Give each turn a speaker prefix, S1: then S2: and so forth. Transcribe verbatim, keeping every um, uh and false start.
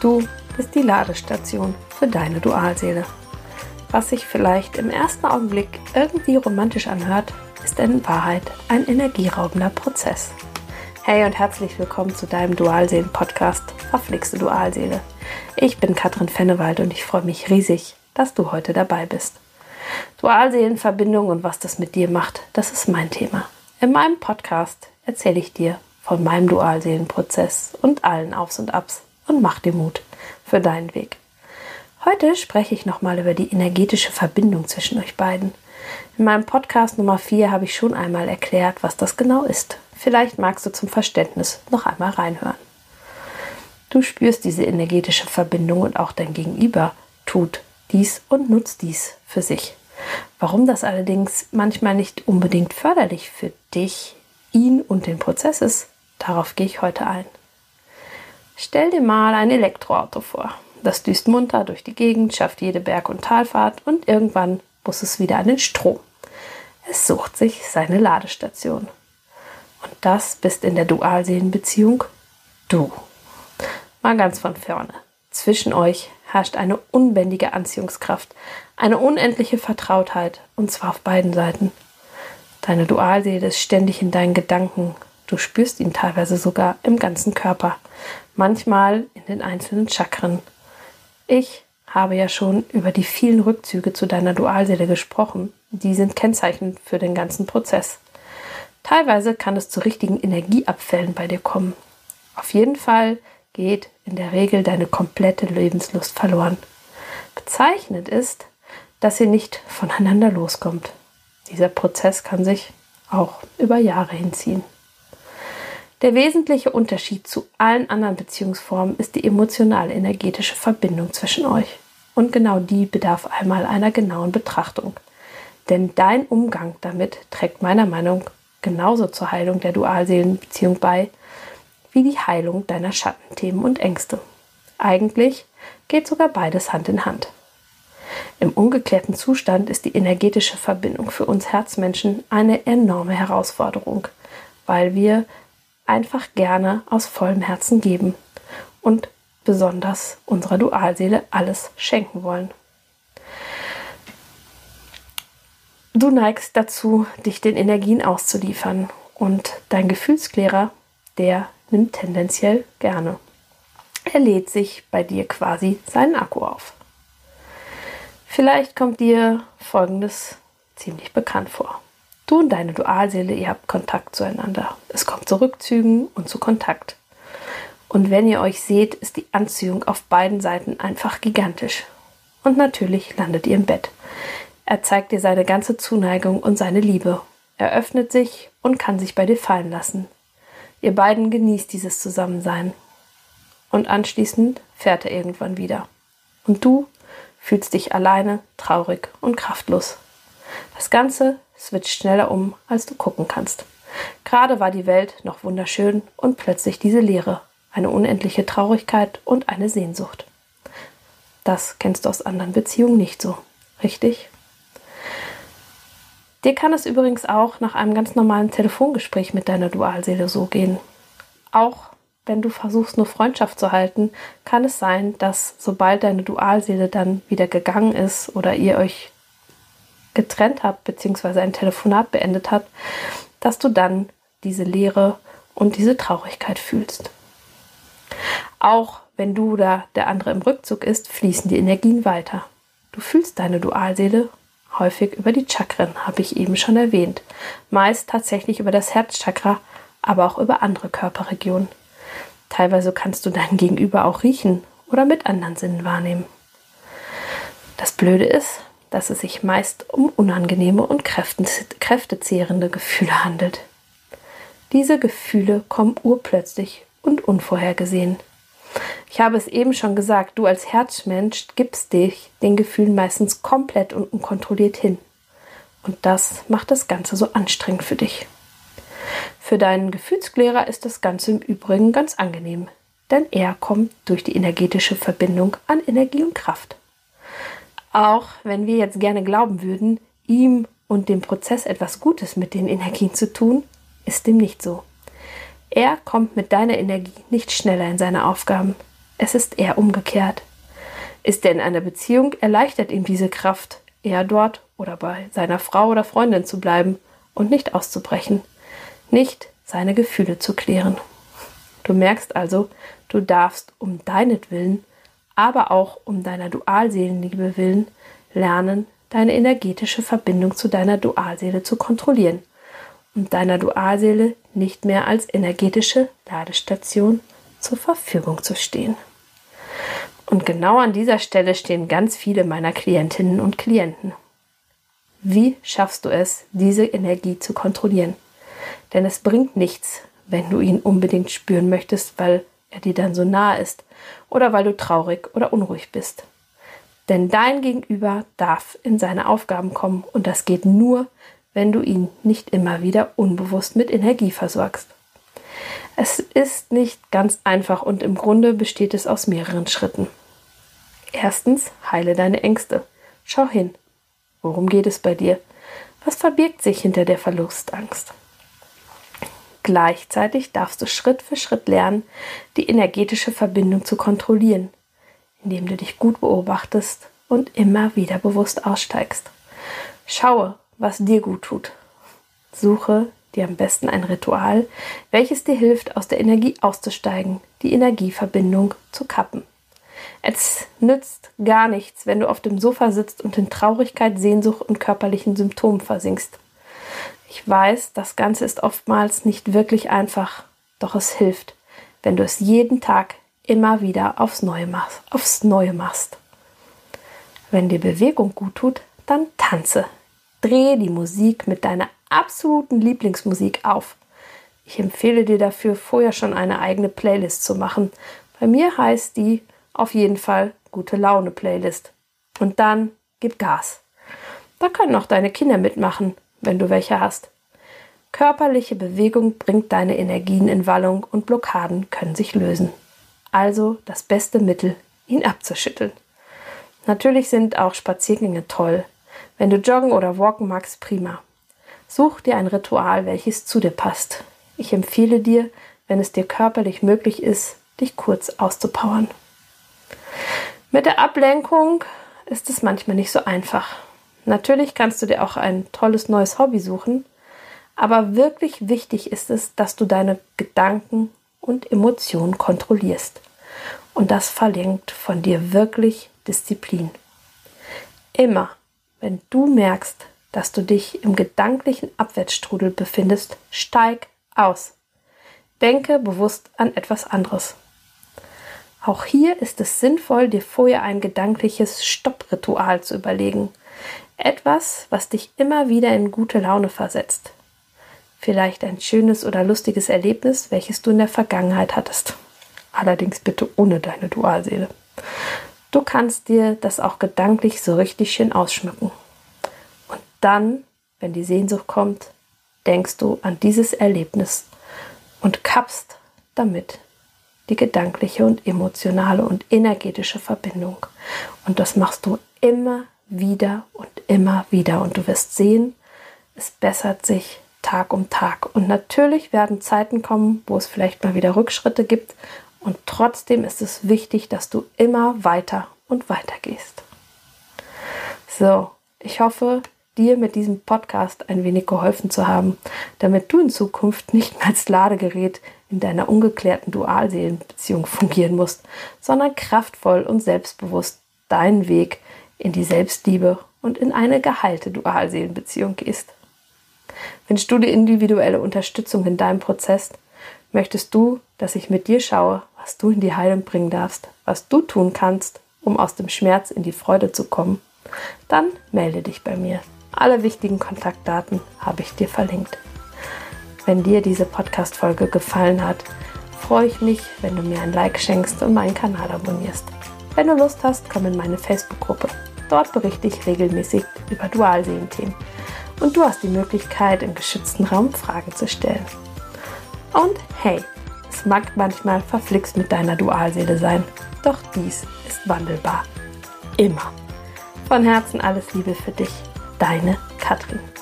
S1: Du bist die Ladestation für deine Dualseele. Was sich vielleicht im ersten Augenblick irgendwie romantisch anhört, ist in Wahrheit ein energieraubender Prozess. Hey und herzlich willkommen zu deinem Dualseelen-Podcast Verflixte Dualseele. Ich bin Katrin Fennewald und ich freue mich riesig, dass du heute dabei bist. Dualseelenverbindung und was das mit dir macht, das ist mein Thema. In meinem Podcast erzähle ich dir von meinem Dualseelenprozess und allen Aufs und Abs und mach dir Mut für deinen Weg. Heute spreche ich nochmal über die energetische Verbindung zwischen euch beiden. In meinem Podcast Nummer vier habe ich schon einmal erklärt, was das genau ist. Vielleicht magst du zum Verständnis noch einmal reinhören. Du spürst diese energetische Verbindung und auch dein Gegenüber tut dies und nutzt dies für sich. Warum das allerdings manchmal nicht unbedingt förderlich für dich, ihn und den Prozess ist, darauf gehe ich heute ein. Stell dir mal ein Elektroauto vor. Das düst munter durch die Gegend, schafft jede Berg- und Talfahrt und irgendwann muss es wieder an den Strom. Es sucht sich seine Ladestation. Und das bist in der Dualseelenbeziehung du. Mal ganz von vorne. Zwischen euch herrscht eine unbändige Anziehungskraft, eine unendliche Vertrautheit, und zwar auf beiden Seiten. Deine Dualseele ist ständig in deinen Gedanken. Du spürst ihn teilweise sogar im ganzen Körper, manchmal in den einzelnen Chakren. Ich habe ja schon über die vielen Rückzüge zu deiner Dualseele gesprochen. Die sind kennzeichnend für den ganzen Prozess. Teilweise kann es zu richtigen Energieabfällen bei dir kommen. Auf jeden Fall geht in der Regel deine komplette Lebenslust verloren. Bezeichnend ist, dass ihr nicht voneinander loskommt. Dieser Prozess kann sich auch über Jahre hinziehen. Der wesentliche Unterschied zu allen anderen Beziehungsformen ist die emotional-energetische Verbindung zwischen euch. Und genau die bedarf einmal einer genauen Betrachtung. Denn dein Umgang damit trägt meiner Meinung nach genauso zur Heilung der Dualseelenbeziehung bei, wie die Heilung deiner Schattenthemen und Ängste. Eigentlich geht sogar beides Hand in Hand. Im ungeklärten Zustand ist die energetische Verbindung für uns Herzmenschen eine enorme Herausforderung, weil wir einfach gerne aus vollem Herzen geben und besonders unserer Dualseele alles schenken wollen. Du neigst dazu, dich den Energien auszuliefern, und dein Gefühlsklärer, der nimmt tendenziell gerne. Er lädt sich bei dir quasi seinen Akku auf. Vielleicht kommt dir Folgendes ziemlich bekannt vor. Du und deine Dualseele, ihr habt Kontakt zueinander. Es kommt zu Rückzügen und zu Kontakt. Und wenn ihr euch seht, ist die Anziehung auf beiden Seiten einfach gigantisch. Und natürlich landet ihr im Bett. Er zeigt dir seine ganze Zuneigung und seine Liebe. Er öffnet sich und kann sich bei dir fallen lassen. Ihr beiden genießt dieses Zusammensein. Und anschließend fährt er irgendwann wieder. Und du fühlst dich alleine, traurig und kraftlos. Das Ganze switcht schneller um, als du gucken kannst. Gerade war die Welt noch wunderschön und plötzlich diese Leere, eine unendliche Traurigkeit und eine Sehnsucht. Das kennst du aus anderen Beziehungen nicht so, richtig? Dir kann es übrigens auch nach einem ganz normalen Telefongespräch mit deiner Dualseele so gehen. Auch wenn du versuchst, nur Freundschaft zu halten, kann es sein, dass sobald deine Dualseele dann wieder gegangen ist oder ihr euch getrennt habt, beziehungsweise ein Telefonat beendet habt, dass du dann diese Leere und diese Traurigkeit fühlst. Auch wenn du oder der andere im Rückzug ist, fließen die Energien weiter. Du fühlst deine Dualseele häufig über die Chakren, habe ich eben schon erwähnt. Meist tatsächlich über das Herzchakra, aber auch über andere Körperregionen. Teilweise kannst du dein Gegenüber auch riechen oder mit anderen Sinnen wahrnehmen. Das Blöde ist, dass es sich meist um unangenehme und kräftezehrende Gefühle handelt. Diese Gefühle kommen urplötzlich und unvorhergesehen. Ich habe es eben schon gesagt, du als Herzmensch gibst dich den Gefühlen meistens komplett und unkontrolliert hin. Und das macht das Ganze so anstrengend für dich. Für deinen Gefühlsklärer ist das Ganze im Übrigen ganz angenehm, denn er kommt durch die energetische Verbindung an Energie und Kraft. Auch wenn wir jetzt gerne glauben würden, ihm und dem Prozess etwas Gutes mit den Energien zu tun, ist dem nicht so. Er kommt mit deiner Energie nicht schneller in seine Aufgaben. Es ist eher umgekehrt. Ist er in einer Beziehung, erleichtert ihm diese Kraft, eher dort oder bei seiner Frau oder Freundin zu bleiben und nicht auszubrechen, nicht seine Gefühle zu klären. Du merkst also, du darfst um deinetwillen, aber auch um deiner Dualseelenliebe willen lernen, deine energetische Verbindung zu deiner Dualseele zu kontrollieren und deiner Dualseele nicht mehr als energetische Ladestation zur Verfügung zu stehen. Und genau an dieser Stelle stehen ganz viele meiner Klientinnen und Klienten. Wie schaffst du es, diese Energie zu kontrollieren? Denn es bringt nichts, wenn du ihn unbedingt spüren möchtest, weil er dir dann so nahe ist oder weil du traurig oder unruhig bist. Denn dein Gegenüber darf in seine Aufgaben kommen und das geht nur, wenn du ihn nicht immer wieder unbewusst mit Energie versorgst. Es ist nicht ganz einfach und im Grunde besteht es aus mehreren Schritten. Erstens, heile deine Ängste. Schau hin. Worum geht es bei dir? Was verbirgt sich hinter der Verlustangst? Gleichzeitig darfst du Schritt für Schritt lernen, die energetische Verbindung zu kontrollieren, indem du dich gut beobachtest und immer wieder bewusst aussteigst. Schaue, was dir gut tut. Suche dir am besten ein Ritual, welches dir hilft, aus der Energie auszusteigen, die Energieverbindung zu kappen. Es nützt gar nichts, wenn du auf dem Sofa sitzt und in Traurigkeit, Sehnsucht und körperlichen Symptomen versinkst. Ich weiß, das Ganze ist oftmals nicht wirklich einfach, doch es hilft, wenn du es jeden Tag immer wieder aufs Neue machst. Aufs Neue machst. Wenn dir Bewegung gut tut, dann tanze. Drehe die Musik mit deiner absoluten Lieblingsmusik auf. Ich empfehle dir dafür, vorher schon eine eigene Playlist zu machen. Bei mir heißt die auf jeden Fall Gute Laune Playlist. Und dann gib Gas. Da können auch deine Kinder mitmachen, wenn du welche hast. Körperliche Bewegung bringt deine Energien in Wallung und Blockaden können sich lösen. Also das beste Mittel, ihn abzuschütteln. Natürlich sind auch Spaziergänge toll. Wenn du joggen oder walken magst, prima. Such dir ein Ritual, welches zu dir passt. Ich empfehle dir, wenn es dir körperlich möglich ist, dich kurz auszupowern. Mit der Ablenkung ist es manchmal nicht so einfach. Natürlich kannst du dir auch ein tolles neues Hobby suchen, aber wirklich wichtig ist es, dass du deine Gedanken und Emotionen kontrollierst. Und das verlangt von dir wirklich Disziplin. Immer, wenn du merkst, dass du dich im gedanklichen Abwärtsstrudel befindest, steig aus. Denke bewusst an etwas anderes. Auch hier ist es sinnvoll, dir vorher ein gedankliches Stoppritual zu überlegen. Etwas, was dich immer wieder in gute Laune versetzt. Vielleicht ein schönes oder lustiges Erlebnis, welches du in der Vergangenheit hattest. Allerdings bitte ohne deine Dualseele. Du kannst dir das auch gedanklich so richtig schön ausschmücken. Und dann, wenn die Sehnsucht kommt, denkst du an dieses Erlebnis und kappst damit die gedankliche und emotionale und energetische Verbindung. Und das machst du immer wieder und immer wieder. Und du wirst sehen, es bessert sich Tag um Tag. Und natürlich werden Zeiten kommen, wo es vielleicht mal wieder Rückschritte gibt. Und trotzdem ist es wichtig, dass du immer weiter und weiter gehst. So, ich hoffe, dir mit diesem Podcast ein wenig geholfen zu haben, damit du in Zukunft nicht mehr als Ladegerät in deiner ungeklärten Dualseelenbeziehung fungieren musst, sondern kraftvoll und selbstbewusst deinen Weg in die Selbstliebe und in eine geheilte Dualseelenbeziehung gehst. Wünschst du dir individuelle Unterstützung in deinem Prozess? Möchtest du, dass ich mit dir schaue, was du in die Heilung bringen darfst, was du tun kannst, um aus dem Schmerz in die Freude zu kommen? Dann melde dich bei mir. Alle wichtigen Kontaktdaten habe ich dir verlinkt. Wenn dir diese Podcast-Folge gefallen hat, freue ich mich, wenn du mir ein Like schenkst und meinen Kanal abonnierst. Wenn du Lust hast, komm in meine Facebook-Gruppe. Dort berichte ich regelmäßig über Dualseelenthemen. Und du hast die Möglichkeit, im geschützten Raum Fragen zu stellen. Und hey, es mag manchmal verflixt mit deiner Dualseele sein, doch dies ist wandelbar. Immer. Von Herzen alles Liebe für dich. Deine Katrin.